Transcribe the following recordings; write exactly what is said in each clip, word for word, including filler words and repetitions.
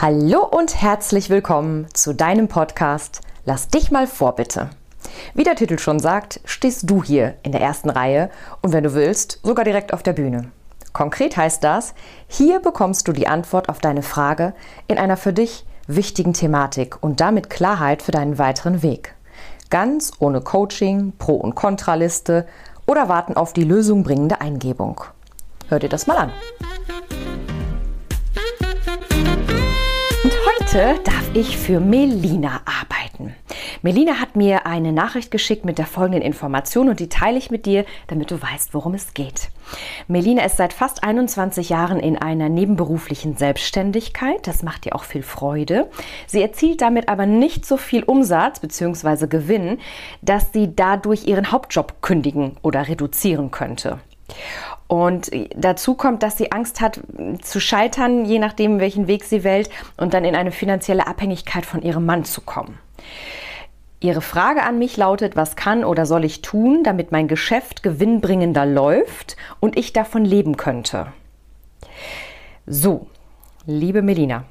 Hallo und herzlich willkommen zu deinem Podcast Lass dich mal vor, bitte. Wie der Titel schon sagt, stehst du hier in der ersten Reihe und wenn du willst, sogar direkt auf der Bühne. Konkret heißt das, hier bekommst du die Antwort auf deine Frage in einer für dich wichtigen Thematik und damit Klarheit für deinen weiteren Weg. Ganz ohne Coaching, Pro- und Kontraliste oder Warten auf die Lösung bringende Eingebung. Hör dir das mal an. Und heute darf ich für Melina arbeiten. Melina hat mir eine Nachricht geschickt mit der folgenden Information und die teile ich mit dir, damit du weißt, worum es geht. Melina ist seit fast einundzwanzig Jahren in einer nebenberuflichen Selbstständigkeit. Das macht ihr auch viel Freude. Sie erzielt damit aber nicht so viel Umsatz bzw. Gewinn, dass sie dadurch ihren Hauptjob kündigen oder reduzieren könnte. Und dazu kommt, dass sie Angst hat zu scheitern, je nachdem, welchen Weg sie wählt und dann in eine finanzielle Abhängigkeit von ihrem Mann zu kommen. Ihre Frage an mich lautet, was kann oder soll ich tun, damit mein Geschäft gewinnbringender läuft und ich davon leben könnte? So, liebe Melina,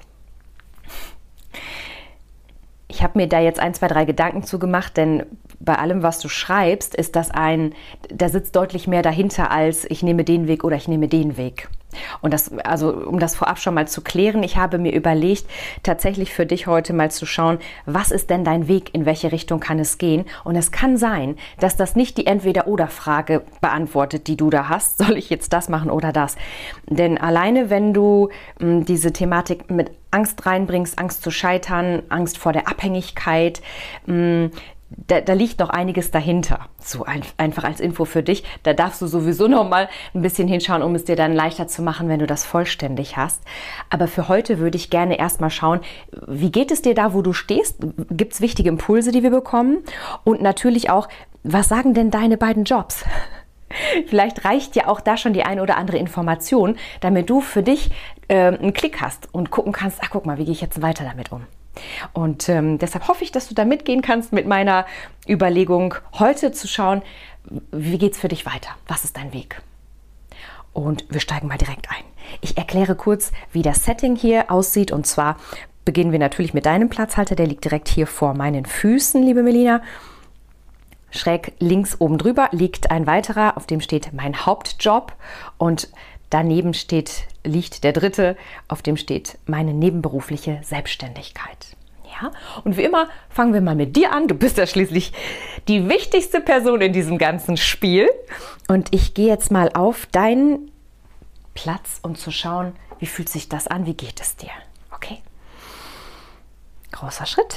ich habe mir da jetzt ein, zwei, drei Gedanken zu gemacht, denn bei allem, was du schreibst, ist das ein, da sitzt deutlich mehr dahinter als ich nehme den Weg oder ich nehme den Weg. Und das, also um das vorab schon mal zu klären, ich habe mir überlegt, tatsächlich für dich heute mal zu schauen, was ist denn dein Weg, in welche Richtung kann es gehen? Und es kann sein, dass das nicht die Entweder-oder-Frage beantwortet, die du da hast, soll ich jetzt das machen oder das? Denn alleine, wenn du mh, diese Thematik mit Angst reinbringst, Angst zu scheitern, Angst vor der Abhängigkeit, mh, Da, da liegt noch einiges dahinter. So ein, einfach als Info für dich. Da darfst du sowieso noch mal ein bisschen hinschauen, um es dir dann leichter zu machen, wenn du das vollständig hast. Aber für heute würde ich gerne erstmal schauen, wie geht es dir da, wo du stehst? Gibt es wichtige Impulse, die wir bekommen? Und natürlich auch, was sagen denn deine beiden Jobs? Vielleicht reicht ja auch da schon die eine oder andere Information, damit du für dich äh, einen Klick hast und gucken kannst, ach guck mal, wie gehe ich jetzt weiter damit um? Und ähm, deshalb hoffe ich, dass du da mitgehen kannst mit meiner Überlegung, heute zu schauen, wie geht es für dich weiter? Was ist dein Weg? Und wir steigen mal direkt ein. Ich erkläre kurz, wie das Setting hier aussieht. Und zwar beginnen wir natürlich mit deinem Platzhalter. Der liegt direkt hier vor meinen Füßen, liebe Melina. Schräg links oben drüber liegt ein weiterer, auf dem steht mein Hauptjob. Und daneben steht, liegt der dritte, auf dem steht meine nebenberufliche Selbstständigkeit. Ja? Und wie immer fangen wir mal mit dir an. Du bist ja schließlich die wichtigste Person in diesem ganzen Spiel. Und ich gehe jetzt mal auf deinen Platz, um zu schauen, wie fühlt sich das an, wie geht es dir. Okay? Großer Schritt.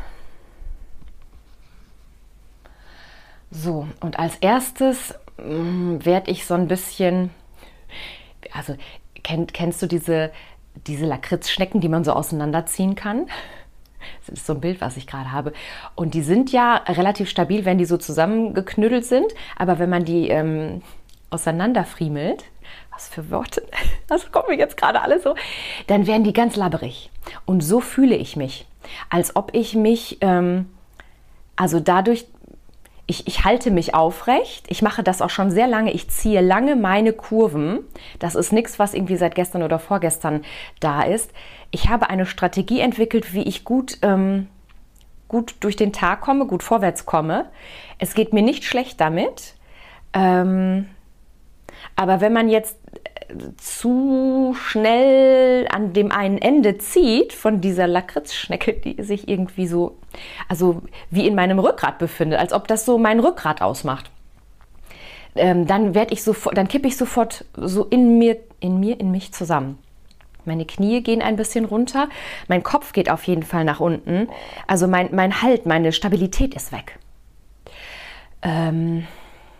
So, und als erstes werde ich so ein bisschen... Also kenn, kennst du diese, diese Lakritzschnecken, die man so auseinanderziehen kann? Das ist so ein Bild, was ich gerade habe. Und die sind ja relativ stabil, wenn die so zusammengeknüttelt sind. Aber wenn man die ähm, auseinanderfriemelt, was für Worte, das kommt mir jetzt gerade alles so, dann werden die ganz labberig. Und so fühle ich mich. Als ob ich mich, ähm, also dadurch... Ich, ich halte mich aufrecht, ich mache das auch schon sehr lange, ich ziehe lange meine Kurven. Das ist nichts, was irgendwie seit gestern oder vorgestern da ist. Ich habe eine Strategie entwickelt, wie ich gut, ähm, gut durch den Tag komme, gut vorwärts komme. Es geht mir nicht schlecht damit. Ähm, aber wenn man jetzt zu schnell an dem einen Ende zieht von dieser Lakritzschnecke, die sich irgendwie so, also wie in meinem Rückgrat befindet, als ob das so mein Rückgrat ausmacht, ähm, dann werde ich sofort, dann kippe ich sofort so in mir, in mir, in mich zusammen. Meine Knie gehen ein bisschen runter, mein Kopf geht auf jeden Fall nach unten, also mein, mein Halt, meine Stabilität ist weg. Ähm,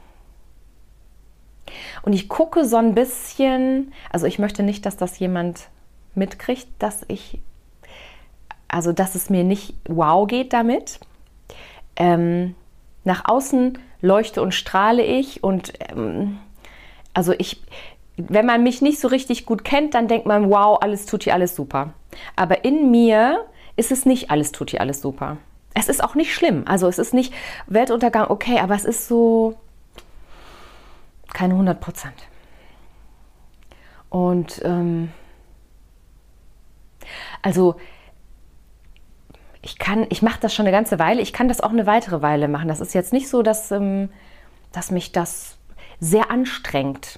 Und ich gucke so ein bisschen, also ich möchte nicht, dass das jemand mitkriegt, dass ich, also dass es mir nicht wow geht damit. Ähm, nach außen leuchte und strahle ich und ähm, also ich, wenn man mich nicht so richtig gut kennt, dann denkt man, wow, alles tut hier alles super. Aber in mir ist es nicht alles tut hier alles super. Es ist auch nicht schlimm, also es ist nicht Weltuntergang, okay, aber es ist so... keine hundert Prozent. Und ähm, Also ich kann, ich mache das schon eine ganze Weile, ich kann das auch eine weitere Weile machen. Das ist jetzt nicht so, dass, ähm, dass mich das sehr anstrengt.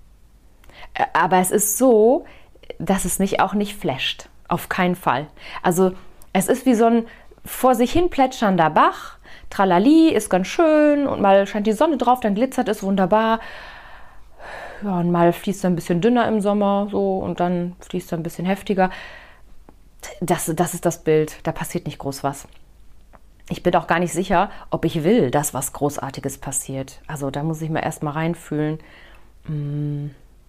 Aber es ist so, dass es mich auch nicht flasht. Auf keinen Fall. Also es ist wie so ein vor sich hin plätschernder Bach. Tralali, ist ganz schön und mal scheint die Sonne drauf, dann glitzert es wunderbar. Ja, und mal fließt er ein bisschen dünner im Sommer so und dann fließt er ein bisschen heftiger. Das, das ist das Bild, da passiert nicht groß was. Ich bin auch gar nicht sicher, ob ich will, dass was Großartiges passiert. Also da muss ich mal erst mal reinfühlen. Hm.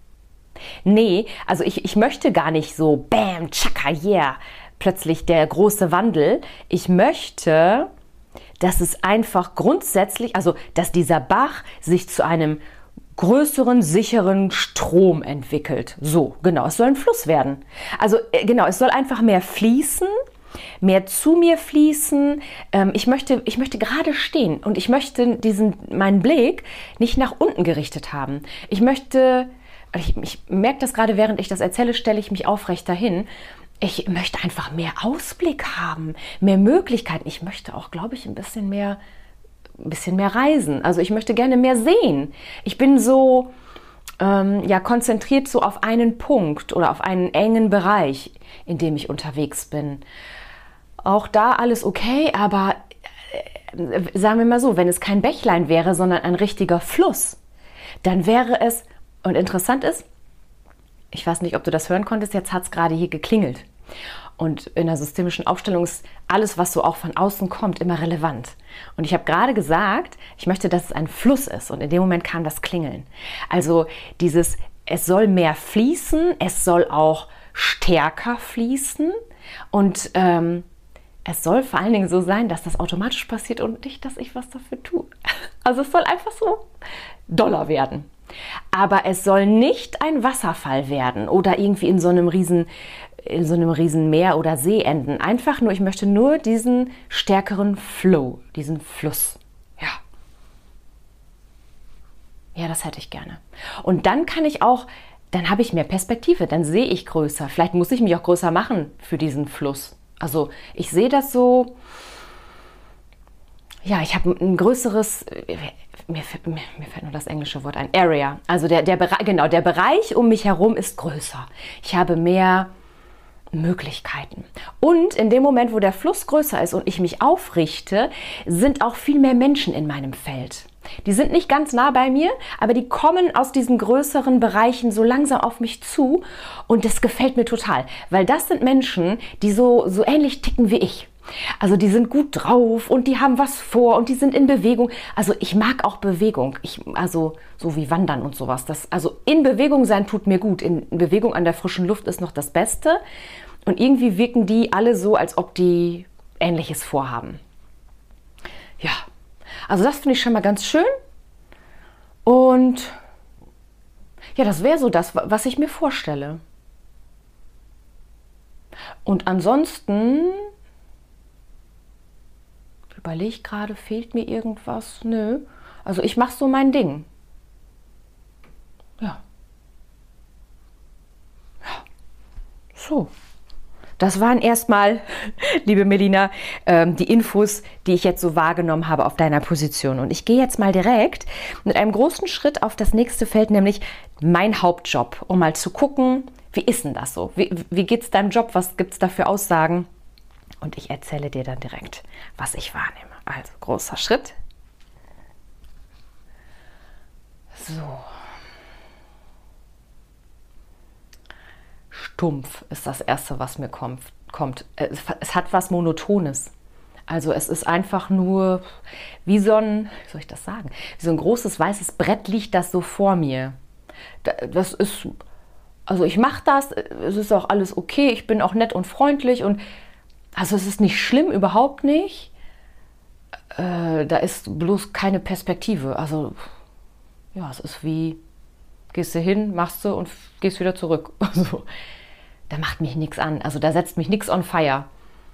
Nee, also ich, ich möchte gar nicht so bam, tschakka, yeah, plötzlich der große Wandel. Ich möchte, dass es einfach grundsätzlich, also dass dieser Bach sich zu einem größeren, sicheren Strom entwickelt. So, genau, es soll ein Fluss werden. Also genau, es soll einfach mehr fließen, mehr zu mir fließen. Ähm, ich möchte, ich möchte gerade stehen und ich möchte diesen, meinen Blick nicht nach unten gerichtet haben. Ich möchte, ich, ich merke das gerade, während ich das erzähle, stelle ich mich aufrecht dahin. Ich möchte einfach mehr Ausblick haben, mehr Möglichkeiten. Ich möchte auch, glaube ich, ein bisschen mehr ein bisschen mehr reisen. Also ich möchte gerne mehr sehen. Ich bin so ähm, ja, konzentriert so auf einen Punkt oder auf einen engen Bereich, in dem ich unterwegs bin. Auch da alles okay, aber äh, sagen wir mal so, wenn es kein Bächlein wäre, sondern ein richtiger Fluss, dann wäre es, und interessant ist, ich weiß nicht, ob du das hören konntest, jetzt hat es gerade hier geklingelt. Und in der systemischen Aufstellung ist alles, was so auch von außen kommt, immer relevant. Und ich habe gerade gesagt, ich möchte, dass es ein Fluss ist. Und in dem Moment kam das Klingeln. Also dieses, es soll mehr fließen, es soll auch stärker fließen. Und ähm, es soll vor allen Dingen so sein, dass das automatisch passiert und nicht, dass ich was dafür tue. Also es soll einfach so doller werden. Aber es soll nicht ein Wasserfall werden oder irgendwie in so einem riesen in so einem riesen Meer oder See enden. Einfach nur, ich möchte nur diesen stärkeren Flow, diesen Fluss. Ja. Ja, das hätte ich gerne. Und dann kann ich auch, dann habe ich mehr Perspektive, dann sehe ich größer. Vielleicht muss ich mich auch größer machen für diesen Fluss. Also ich sehe das so, ja, ich habe ein größeres, mir, mir, mir fällt nur das englische Wort ein, Area. Also der, der Bereich, genau, der Bereich um mich herum ist größer. Ich habe mehr Möglichkeiten. Und in dem Moment, wo der Fluss größer ist und ich mich aufrichte, sind auch viel mehr Menschen in meinem Feld. Die sind nicht ganz nah bei mir, aber die kommen aus diesen größeren Bereichen so langsam auf mich zu und das gefällt mir total, weil das sind Menschen, die so, so ähnlich ticken wie ich. Also die sind gut drauf und die haben was vor und die sind in Bewegung. Also ich mag auch Bewegung, ich, also so wie Wandern und sowas. Das, also in Bewegung sein tut mir gut. In Bewegung an der frischen Luft ist noch das Beste. Und irgendwie wirken die alle so, als ob die Ähnliches vorhaben. Ja, also das finde ich schon mal ganz schön. Und ja, das wäre so das, was ich mir vorstelle. Und ansonsten überlege ich gerade, fehlt mir irgendwas? Nö. Also ich mache so mein Ding. Ja. Ja. So. Das waren erstmal, liebe Melina, ähm, die Infos, die ich jetzt so wahrgenommen habe auf deiner Position. Und ich gehe jetzt mal direkt mit einem großen Schritt auf das nächste Feld, nämlich mein Hauptjob, um mal zu gucken, wie ist denn das so? Wie, wie geht es deinem Job? Was gibt es da für Aussagen? Und ich erzähle dir dann direkt, was ich wahrnehme. Also großer Schritt. So. Stumpf ist das Erste, was mir kommt. kommt. Es, es hat was Monotones. Also es ist einfach nur wie so ein, wie soll ich das sagen, wie so ein großes weißes Brett liegt das so vor mir. Das ist, also ich mache das, es ist auch alles okay, ich bin auch nett und freundlich und also es ist nicht schlimm, überhaupt nicht. Äh, da ist bloß keine Perspektive. Also ja, es ist wie, gehst du hin, machst du und gehst wieder zurück. Also da macht mich nichts an. Also da setzt mich nichts on fire.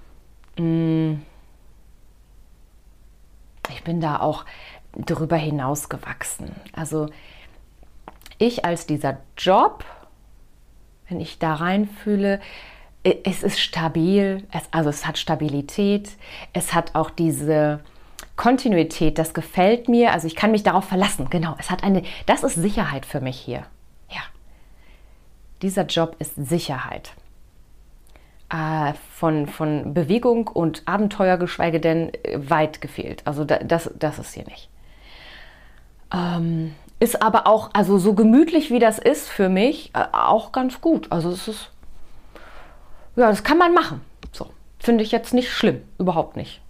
Ich bin da auch darüber hinaus gewachsen. Also ich als dieser Job, wenn ich da reinfühle, es ist stabil, es, also es hat Stabilität, es hat auch diese Kontinuität, das gefällt mir, also ich kann mich darauf verlassen, genau, es hat eine, das ist Sicherheit für mich hier, ja. Dieser Job ist Sicherheit. Äh, von, von Bewegung und Abenteuer, geschweige denn, weit gefehlt, also da, das, das ist hier nicht. Ähm, ist aber auch, also so gemütlich wie das ist für mich, äh, auch ganz gut, also es ist, ja, das kann man machen, so, finde ich jetzt nicht schlimm, überhaupt nicht.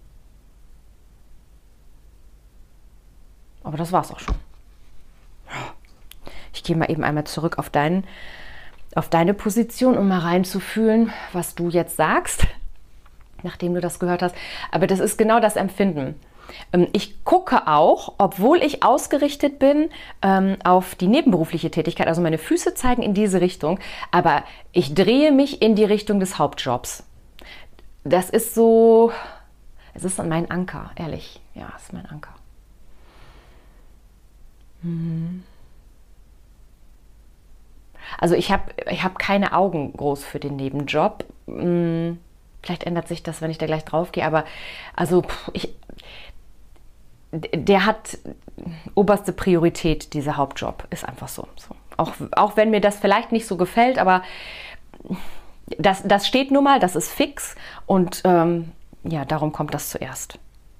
Aber das war's auch schon. Ich gehe mal eben einmal zurück auf, dein, auf deine Position, um mal reinzufühlen, was du jetzt sagst, nachdem du das gehört hast. Aber das ist genau das Empfinden. Ich gucke auch, obwohl ich ausgerichtet bin auf die nebenberufliche Tätigkeit, also meine Füße zeigen in diese Richtung, aber ich drehe mich in die Richtung des Hauptjobs. Das ist so, es ist mein Anker, ehrlich. Ja, es ist mein Anker. Also ich habe ich hab keine Augen groß für den Nebenjob. Vielleicht ändert sich das, wenn ich da gleich drauf gehe, aber also ich, der hat oberste Priorität, dieser Hauptjob. Ist einfach so. so. Auch, auch wenn mir das vielleicht nicht so gefällt, aber das, das steht nun mal, das ist fix und ähm, ja, darum kommt das zuerst.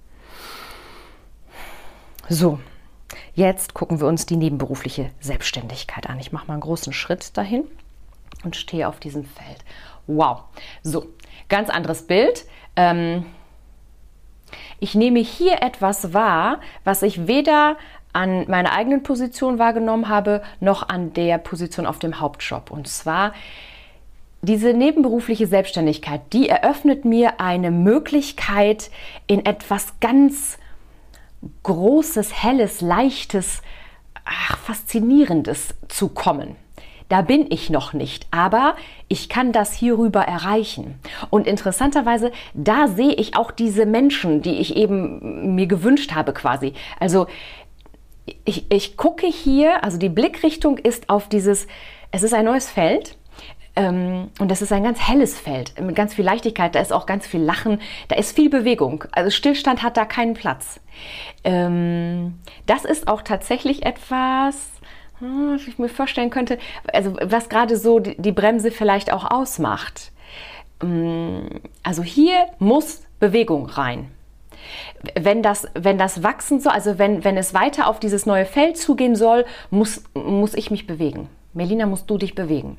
So. Jetzt gucken wir uns die nebenberufliche Selbstständigkeit an. Ich mache mal einen großen Schritt dahin und stehe auf diesem Feld. Wow, so, ganz anderes Bild. Ähm, ich nehme hier etwas wahr, was ich weder an meiner eigenen Position wahrgenommen habe, noch an der Position auf dem Hauptjob. Und zwar diese nebenberufliche Selbstständigkeit, die eröffnet mir eine Möglichkeit, in etwas ganz Großes, Helles, Leichtes, ach, Faszinierendes zu kommen. Da bin ich noch nicht, aber ich kann das hierüber erreichen. Und interessanterweise, da sehe ich auch diese Menschen, die ich eben mir gewünscht habe quasi. Also ich, ich gucke hier, also die Blickrichtung ist auf dieses, es ist ein neues Feld. Und das ist ein ganz helles Feld mit ganz viel Leichtigkeit, da ist auch ganz viel Lachen, da ist viel Bewegung, also Stillstand hat da keinen Platz. Das ist auch tatsächlich etwas, was ich mir vorstellen könnte, also was gerade so die Bremse vielleicht auch ausmacht. Also hier muss Bewegung rein. Wenn das, wenn das wachsen soll, also wenn, wenn es weiter auf dieses neue Feld zugehen soll, muss, muss ich mich bewegen. Melina, musst du dich bewegen.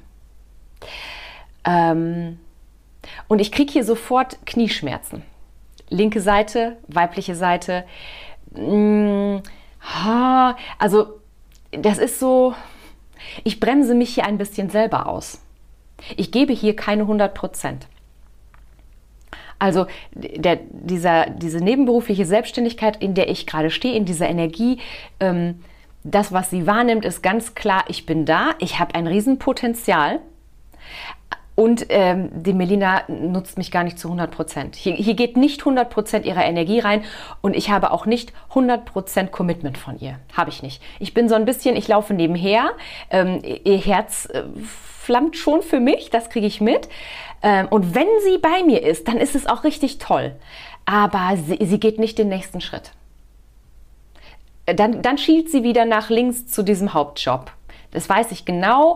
Ähm, und ich kriege hier sofort Knieschmerzen. Linke Seite, weibliche Seite. Mm, ha, also das ist so, ich bremse mich hier ein bisschen selber aus. Ich gebe hier keine hundert Prozent. Also der, dieser, diese nebenberufliche Selbstständigkeit, in der ich gerade stehe, in dieser Energie, ähm, das, was sie wahrnimmt, ist ganz klar, ich bin da, ich habe ein Riesenpotenzial. Und ähm, die Melina nutzt mich gar nicht zu hundert Prozent. Hier, hier geht nicht hundert Prozent ihrer Energie rein und ich habe auch nicht hundert Prozent Commitment von ihr. Habe ich nicht. Ich bin so ein bisschen, ich laufe nebenher. Ähm, ihr Herz äh, flammt schon für mich, das kriege ich mit. Ähm, und wenn sie bei mir ist, dann ist es auch richtig toll. Aber sie, sie geht nicht den nächsten Schritt. Dann, dann schielt sie wieder nach links zu diesem Hauptjob. Das weiß ich genau.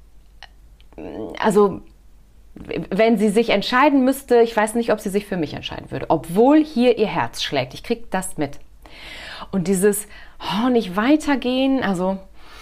Also wenn sie sich entscheiden müsste, ich weiß nicht, ob sie sich für mich entscheiden würde, obwohl hier ihr Herz schlägt. Ich kriege das mit. Und dieses oh, nicht weitergehen, also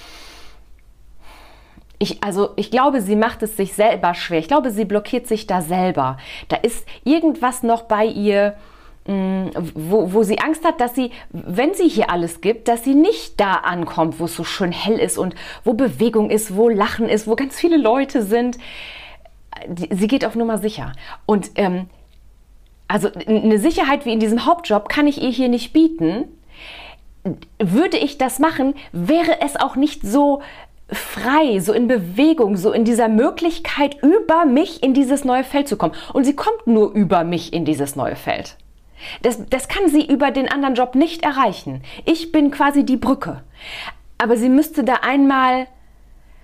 ich, also ich glaube, sie macht es sich selber schwer. Ich glaube, sie blockiert sich da selber. Da ist irgendwas noch bei ihr, Wo, wo sie Angst hat, dass sie, wenn sie hier alles gibt, dass sie nicht da ankommt, wo es so schön hell ist und wo Bewegung ist, wo Lachen ist, wo ganz viele Leute sind. Sie geht auf Nummer sicher. Und ähm, also eine Sicherheit wie in diesem Hauptjob kann ich ihr hier nicht bieten. Würde ich das machen, wäre es auch nicht so frei, so in Bewegung, so in dieser Möglichkeit, über mich in dieses neue Feld zu kommen. Und sie kommt nur über mich in dieses neue Feld. Das, das kann sie über den anderen Job nicht erreichen. Ich bin quasi die Brücke. Aber sie müsste da einmal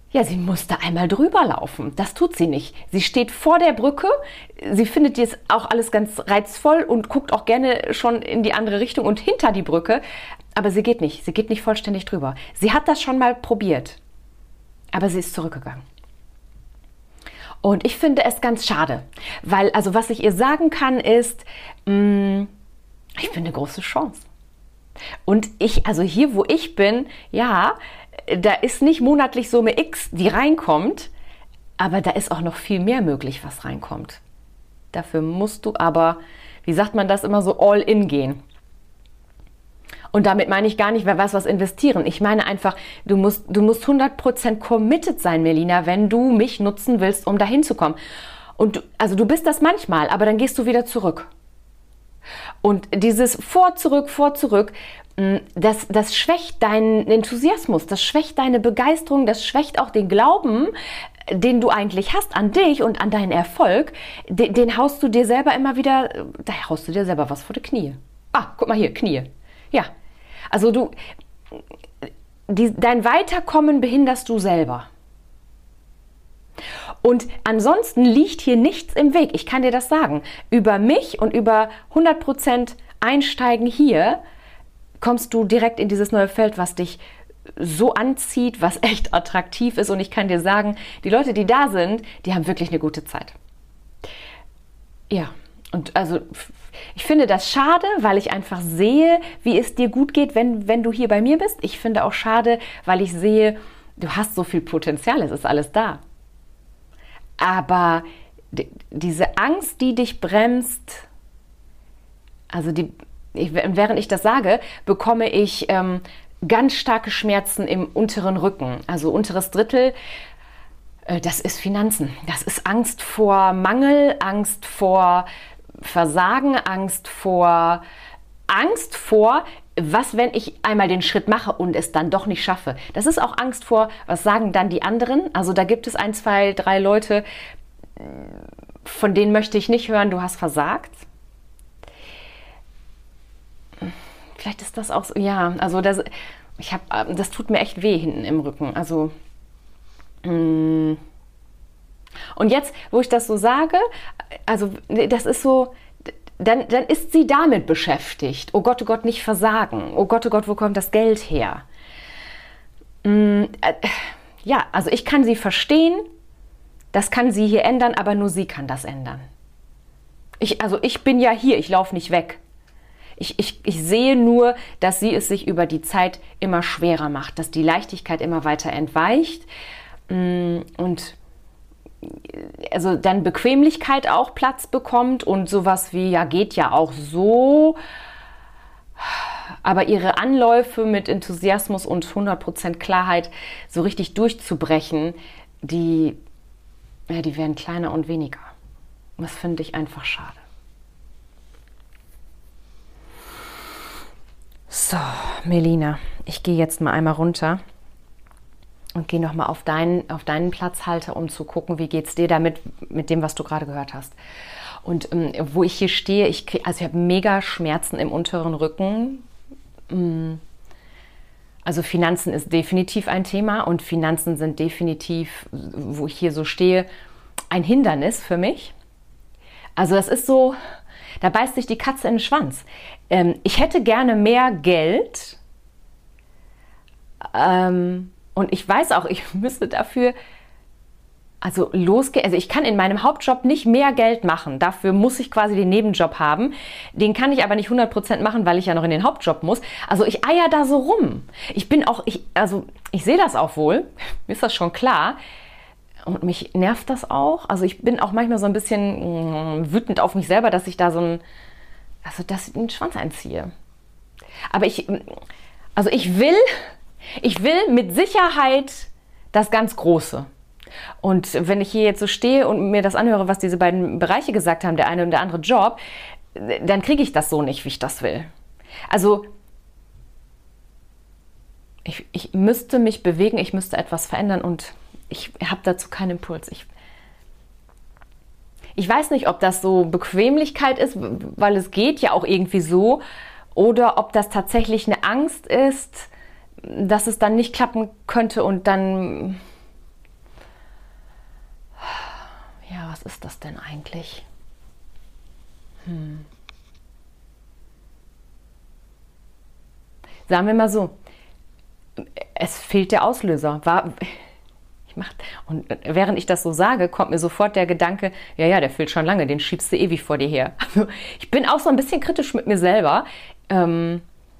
Ja, sie musste einmal drüber laufen. Das tut sie nicht. Sie steht vor der Brücke. Sie findet jetzt auch alles ganz reizvoll und guckt auch gerne schon in die andere Richtung und hinter die Brücke. Aber sie geht nicht. Sie geht nicht vollständig drüber. Sie hat das schon mal probiert. Aber sie ist zurückgegangen. Und ich finde es ganz schade. Weil, also was ich ihr sagen kann, ist, mh, ich finde eine große Chance. Und ich, also hier, wo ich bin, ja, da ist nicht monatlich Summe X, die reinkommt, aber da ist auch noch viel mehr möglich, was reinkommt. Dafür musst du aber, wie sagt man das immer so, all in gehen. Und damit meine ich gar nicht, wer weiß was investieren. Ich meine einfach, du musst, du musst hundert Prozent committed sein, Melina, wenn du mich nutzen willst, um dahin zu kommen. Und du, also du bist das manchmal, aber dann gehst du wieder zurück. Und dieses vor, zurück, vor, zurück, das, das schwächt deinen Enthusiasmus, das schwächt deine Begeisterung, das schwächt auch den Glauben, den du eigentlich hast an dich und an deinen Erfolg. Den, den haust du dir selber immer wieder, da haust du dir selber was vor die Knie. Ah, guck mal hier, Knie. Ja, also du, die, dein Weiterkommen behinderst du selber. Und ansonsten liegt hier nichts im Weg. Ich kann dir das sagen. Über mich und über hundert Prozent Einsteigen hier kommst du direkt in dieses neue Feld, was dich so anzieht, was echt attraktiv ist. Und ich kann dir sagen, die Leute, die da sind, die haben wirklich eine gute Zeit. Ja, und also ich finde das schade, weil ich einfach sehe, wie es dir gut geht, wenn, wenn du hier bei mir bist. Ich finde auch schade, weil ich sehe, du hast so viel Potenzial, es ist alles da. Aber die, diese Angst, die dich bremst, also die, ich, während ich das sage, bekomme ich ähm, ganz starke Schmerzen im unteren Rücken. Also unteres Drittel, äh, das ist Finanzen. Das ist Angst vor Mangel, Angst vor Versagen, Angst vor, Angst vor, was, wenn ich einmal den Schritt mache und es dann doch nicht schaffe. Das ist auch Angst vor, was sagen dann die anderen. Also da gibt es ein, zwei, drei Leute, von denen möchte ich nicht hören, du hast versagt. Vielleicht ist das auch so, ja, also das, ich hab, das tut mir echt weh hinten im Rücken. Also, mh. Und jetzt, wo ich das so sage, also das ist so, dann, dann ist sie damit beschäftigt. Oh Gott, oh Gott, nicht versagen. Oh Gott, oh Gott, wo kommt das Geld her? Mh, äh, ja, also ich kann sie verstehen, das kann sie hier ändern, aber nur sie kann das ändern. Ich, also ich bin ja hier, ich laufe nicht weg. Ich, ich, ich sehe nur, dass sie es sich über die Zeit immer schwerer macht, dass die Leichtigkeit immer weiter entweicht und also dann Bequemlichkeit auch Platz bekommt und sowas wie, ja, geht ja auch so, aber ihre Anläufe mit Enthusiasmus und hundert Prozent Klarheit so richtig durchzubrechen, die, ja, die werden kleiner und weniger. Das finde ich einfach schade. So, Melina, ich gehe jetzt mal einmal runter und gehe nochmal auf deinen, auf deinen Platzhalter, um zu gucken, wie geht es dir damit, mit dem, was du gerade gehört hast. Und ähm, wo ich hier stehe, ich krieg, also ich habe mega Schmerzen im unteren Rücken. Also Finanzen ist definitiv ein Thema und Finanzen sind definitiv, wo ich hier so stehe, ein Hindernis für mich. Also das ist so, da beißt sich die Katze in den Schwanz. Ähm, ich hätte gerne mehr Geld, ähm, und ich weiß auch, ich müsste dafür also losgehen. Also ich kann in meinem Hauptjob nicht mehr Geld machen. Dafür muss ich quasi den Nebenjob haben. Den kann ich aber nicht hundert Prozent machen, weil ich ja noch in den Hauptjob muss. Also ich eier da so rum. Ich bin auch, ich, also ich sehe das auch wohl. Mir ist das schon klar. Und mich nervt das auch. Also ich bin auch manchmal so ein bisschen mh, wütend auf mich selber, dass ich da so ein, also dass ich den Schwanz einziehe. Aber ich, also ich will... Ich will mit Sicherheit das ganz Große. Und wenn ich hier jetzt so stehe und mir das anhöre, was diese beiden Bereiche gesagt haben, der eine und der andere Job, dann kriege ich das so nicht, wie ich das will. Also ich, ich müsste mich bewegen, ich müsste etwas verändern und ich habe dazu keinen Impuls. Ich, ich weiß nicht, ob das so Bequemlichkeit ist, weil es geht ja auch irgendwie so, oder ob das tatsächlich eine Angst ist, dass es dann nicht klappen könnte und dann, was ist das denn eigentlich? Hm. Sagen wir mal so, es fehlt der Auslöser. War, ich mach, und während ich das so sage, kommt mir sofort der Gedanke, ja, ja, der fehlt schon lange, den schiebst du ewig vor dir her. Also ich bin auch so ein bisschen kritisch mit mir selber. Ähm,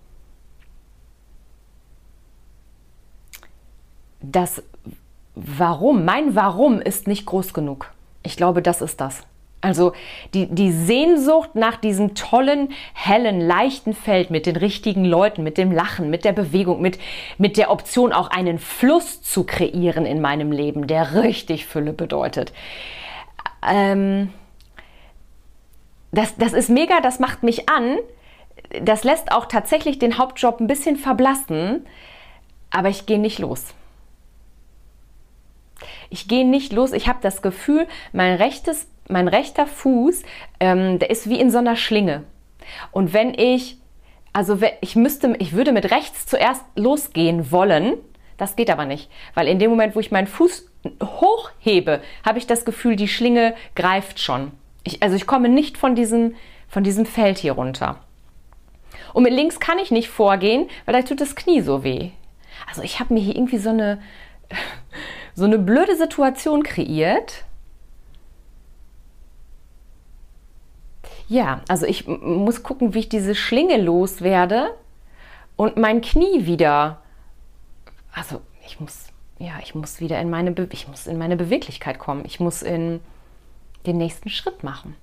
das Warum, mein Warum ist nicht groß genug. Ich glaube, das ist das. Also die, die Sehnsucht nach diesem tollen, hellen, leichten Feld mit den richtigen Leuten, mit dem Lachen, mit der Bewegung, mit, mit der Option auch einen Fluss zu kreieren in meinem Leben, der richtig Fülle bedeutet. Ähm, das, das ist mega, das macht mich an. Das lässt auch tatsächlich den Hauptjob ein bisschen verblassen, aber ich gehe nicht los. Ich gehe nicht los. Ich habe das Gefühl, mein rechtes Mein rechter Fuß, ähm, der ist wie in so einer Schlinge. Und wenn ich, also wenn, ich müsste, ich würde mit rechts zuerst losgehen wollen, das geht aber nicht. Weil in dem Moment, wo ich meinen Fuß hochhebe, habe ich das Gefühl, die Schlinge greift schon. Ich, also ich komme nicht von diesem, von diesem Feld hier runter. Und mit links kann ich nicht vorgehen, weil da tut das Knie so weh. Also ich habe mir hier irgendwie so eine, so eine blöde Situation kreiert. Ja, also ich muss gucken, wie ich diese Schlinge loswerde und mein Knie wieder, also ich muss, ja, ich muss wieder in meine, Be- ich muss in meine Beweglichkeit kommen. Ich muss in den nächsten Schritt machen.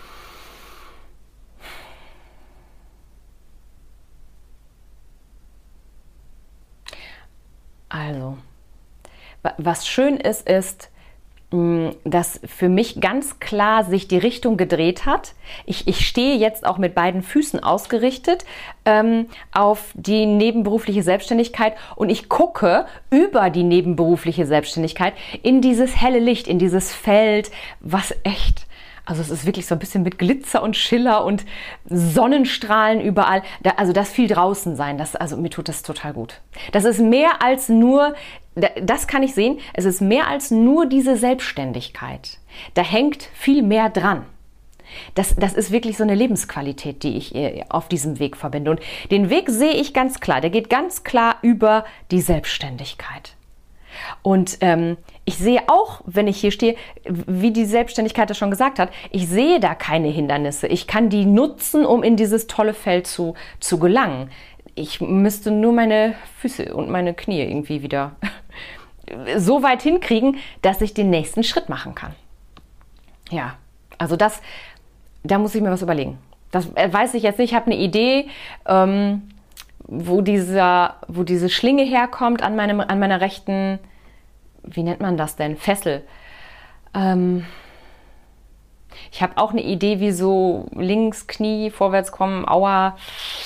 Also, was schön ist, ist, dass für mich ganz klar sich die Richtung gedreht hat. Ich, ich stehe jetzt auch mit beiden Füßen ausgerichtet ähm, auf die nebenberufliche Selbstständigkeit und ich gucke über die nebenberufliche Selbstständigkeit in dieses helle Licht, in dieses Feld, was echt, also es ist wirklich so ein bisschen mit Glitzer und Schiller und Sonnenstrahlen überall. Da, also das viel draußen sein, das, also mir tut das total gut. Das ist mehr als nur, das kann ich sehen, es ist mehr als nur diese Selbstständigkeit. Da hängt viel mehr dran. Das, das ist wirklich so eine Lebensqualität, die ich auf diesem Weg verbinde. Und den Weg sehe ich ganz klar, der geht ganz klar über die Selbstständigkeit. Und ähm, ich sehe auch, wenn ich hier stehe, wie die Selbstständigkeit das schon gesagt hat, ich sehe da keine Hindernisse. Ich kann die nutzen, um in dieses tolle Feld zu, zu gelangen. Ich müsste nur meine Füße und meine Knie irgendwie wieder so weit hinkriegen, dass ich den nächsten Schritt machen kann. Ja, also das, da muss ich mir was überlegen. Das weiß ich jetzt nicht. Ich habe eine Idee, ähm, wo, dieser, wo diese Schlinge herkommt an, meinem, an meiner rechten, wie nennt man das denn, Fessel. Ähm, ich habe auch eine Idee, wie so links Knie vorwärts kommen, aua.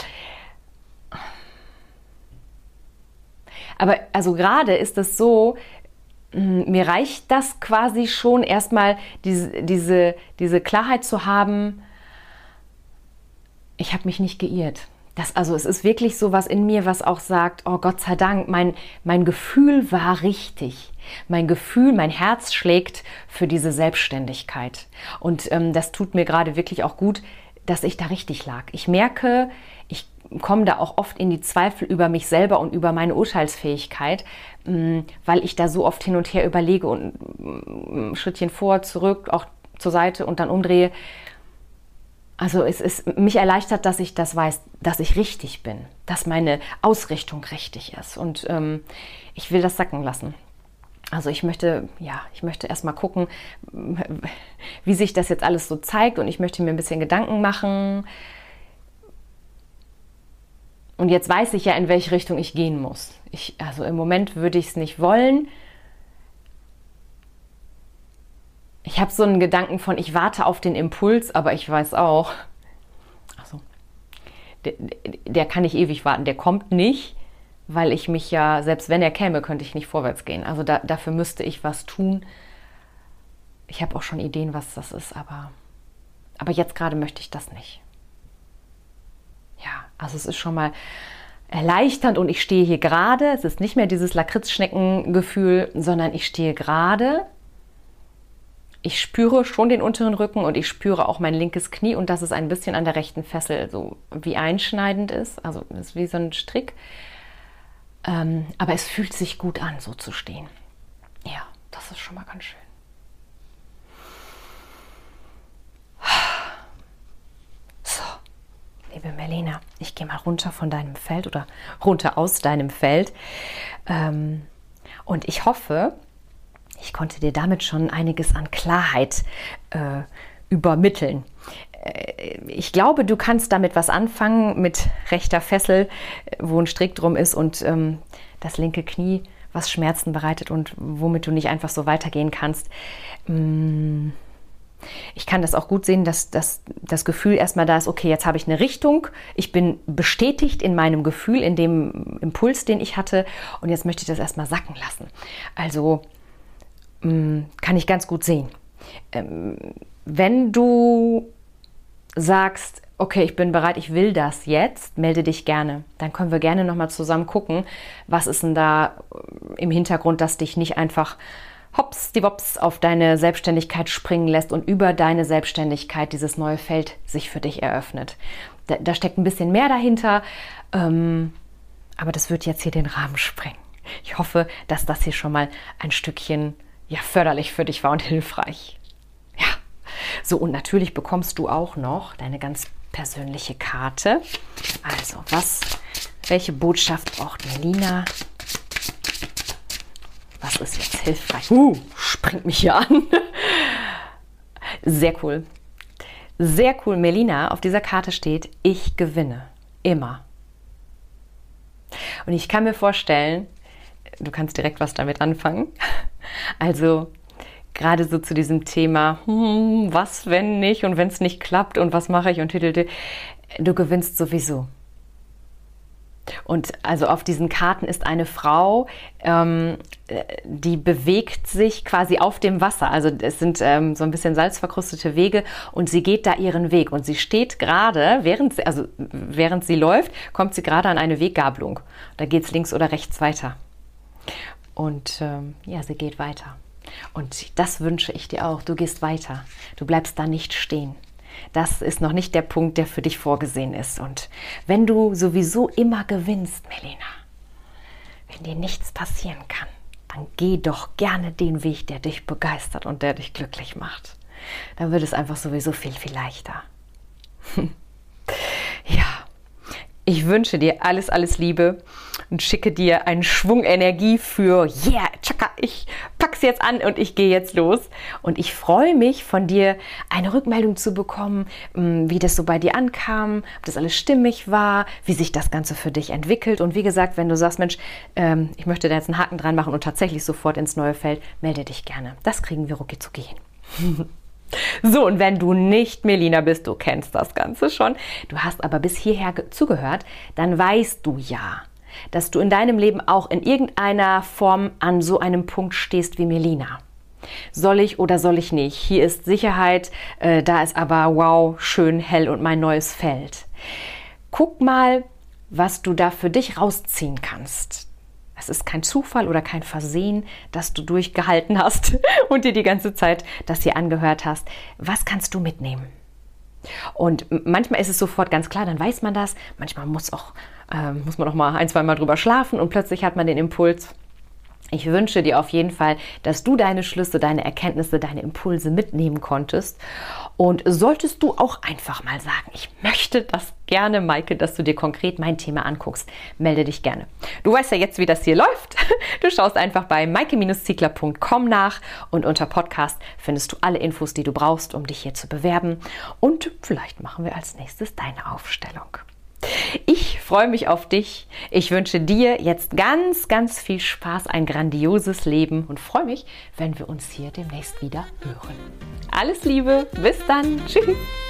Aber also gerade ist es so, mir reicht das quasi schon erstmal diese, diese, diese Klarheit zu haben, ich habe mich nicht geirrt. Das, also es ist wirklich so was in mir, was auch sagt, oh Gott sei Dank, mein, mein Gefühl war richtig. Mein Gefühl, mein Herz schlägt für diese Selbstständigkeit. Und ähm, das tut mir gerade wirklich auch gut, dass ich da richtig lag. Ich merke, ich komme da auch oft in die Zweifel über mich selber und über meine Urteilsfähigkeit, mh, weil ich da so oft hin und her überlege und mh, ein Schrittchen vor, zurück, auch zur Seite und dann umdrehe. Also es ist, mich erleichtert, dass ich das weiß, dass ich richtig bin, dass meine Ausrichtung richtig ist und ähm, ich will das sacken lassen. Also ich möchte, ja, ich möchte erstmal gucken, wie sich das jetzt alles so zeigt und ich möchte mir ein bisschen Gedanken machen. Und jetzt weiß ich ja, in welche Richtung ich gehen muss. Ich, also im Moment würde ich es nicht wollen. Ich habe so einen Gedanken von, ich warte auf den Impuls, aber ich weiß auch, also, der, der kann nicht ewig warten, der kommt nicht, weil ich mich ja, selbst wenn er käme, könnte ich nicht vorwärts gehen. Also da, dafür müsste ich was tun. Ich habe auch schon Ideen, was das ist, aber, aber jetzt gerade möchte ich das nicht. Ja, also es ist schon mal erleichternd und ich stehe hier gerade. Es ist nicht mehr dieses Lakritzschneckengefühl, sondern ich stehe gerade. ich spüre schon den unteren Rücken und ich spüre auch mein linkes Knie und dass es ein bisschen an der rechten Fessel so wie einschneidend ist. Also es ist wie so ein Strick. Ähm, aber es fühlt sich gut an, so zu stehen. Ja, das ist schon mal ganz schön. So, liebe Melina, ich gehe mal runter von deinem Feld oder runter aus deinem Feld. Ähm, und ich hoffe, ich konnte dir damit schon einiges an Klarheit äh, übermitteln. Äh, ich glaube, du kannst damit was anfangen mit rechter Fessel, wo ein Strick drum ist und ähm, das linke Knie, was Schmerzen bereitet und womit du nicht einfach so weitergehen kannst. Mm, ich kann das auch gut sehen, dass, dass das Gefühl erstmal da ist, okay, jetzt habe ich eine Richtung, ich bin bestätigt in meinem Gefühl, in dem Impuls, den ich hatte und jetzt möchte ich das erstmal sacken lassen. Also kann ich ganz gut sehen. Ähm, wenn du sagst, okay, ich bin bereit, ich will das jetzt, melde dich gerne. Dann können wir gerne nochmal zusammen gucken, was ist denn da im Hintergrund, das dich nicht einfach hops, die Wops auf deine Selbstständigkeit springen lässt und über deine Selbstständigkeit dieses neue Feld sich für dich eröffnet. Da, da steckt ein bisschen mehr dahinter, ähm, aber das wird jetzt hier den Rahmen sprengen. Ich hoffe, dass das hier schon mal ein Stückchen ja, förderlich für dich war und hilfreich. Ja, so und natürlich bekommst du auch noch deine ganz persönliche Karte. Also, was, welche Botschaft braucht Melina? Was ist jetzt hilfreich? Uh, springt mich hier an. Sehr cool. Sehr cool, Melina. Auf dieser Karte steht, ich gewinne. Immer. Und ich kann mir vorstellen, du kannst direkt was damit anfangen. Also gerade so zu diesem Thema, hm, was, wenn nicht und wenn es nicht klappt und was mache ich und titelte, du gewinnst sowieso. Und also auf diesen Karten ist eine Frau, ähm, die bewegt sich quasi auf dem Wasser. Also es sind ähm, so ein bisschen salzverkrustete Wege und sie geht da ihren Weg. Und sie steht gerade, während sie, also während sie läuft, kommt sie gerade an eine Weggabelung. Da geht es links oder rechts weiter. Und ähm, ja, sie geht weiter. Und das wünsche ich dir auch. Du gehst weiter. Du bleibst da nicht stehen. Das ist noch nicht der Punkt, der für dich vorgesehen ist. Und wenn du sowieso immer gewinnst, Melina, wenn dir nichts passieren kann, dann geh doch gerne den Weg, der dich begeistert und der dich glücklich macht. Dann wird es einfach sowieso viel, viel leichter. Ja. Ich wünsche dir alles, alles Liebe und schicke dir einen Schwung Energie für yeah, tschakka, ich pack's jetzt an und ich gehe jetzt los. Und ich freue mich, von dir eine Rückmeldung zu bekommen, wie das so bei dir ankam, ob das alles stimmig war, wie sich das Ganze für dich entwickelt. Und wie gesagt, wenn du sagst, Mensch, ähm, ich möchte da jetzt einen Haken dran machen und tatsächlich sofort ins neue Feld, melde dich gerne. Das kriegen wir rucki zucki hin. So, und wenn du nicht Melina bist, du kennst das Ganze schon, du hast aber bis hierher zugehört, dann weißt du ja, dass du in deinem Leben auch in irgendeiner Form an so einem Punkt stehst wie Melina. Soll ich oder soll ich nicht? Hier ist Sicherheit, äh, da ist aber wow, schön hell und mein neues Feld. Guck mal, was du da für dich rausziehen kannst. Es ist kein Zufall oder kein Versehen, dass du durchgehalten hast und dir die ganze Zeit das hier angehört hast. Was kannst du mitnehmen? Und manchmal ist es sofort ganz klar, dann weiß man das. Manchmal muss, auch, äh, muss man auch mal ein, zwei Mal drüber schlafen und plötzlich hat man den Impuls. Ich wünsche dir auf jeden Fall, dass du deine Schlüsse, deine Erkenntnisse, deine Impulse mitnehmen konntest. Und solltest du auch einfach mal sagen, ich möchte das gerne, Maike, dass du dir konkret mein Thema anguckst, melde dich gerne. Du weißt ja jetzt, wie das hier läuft. Du schaust einfach bei maike Bindestrich ziegler Punkt com nach und unter Podcast findest du alle Infos, die du brauchst, um dich hier zu bewerben. Und vielleicht machen wir als nächstes deine Aufstellung. Ich freue mich auf dich. Ich wünsche dir jetzt ganz, ganz viel Spaß, ein grandioses Leben und freue mich, wenn wir uns hier demnächst wieder hören. Alles Liebe, bis dann. Tschüss.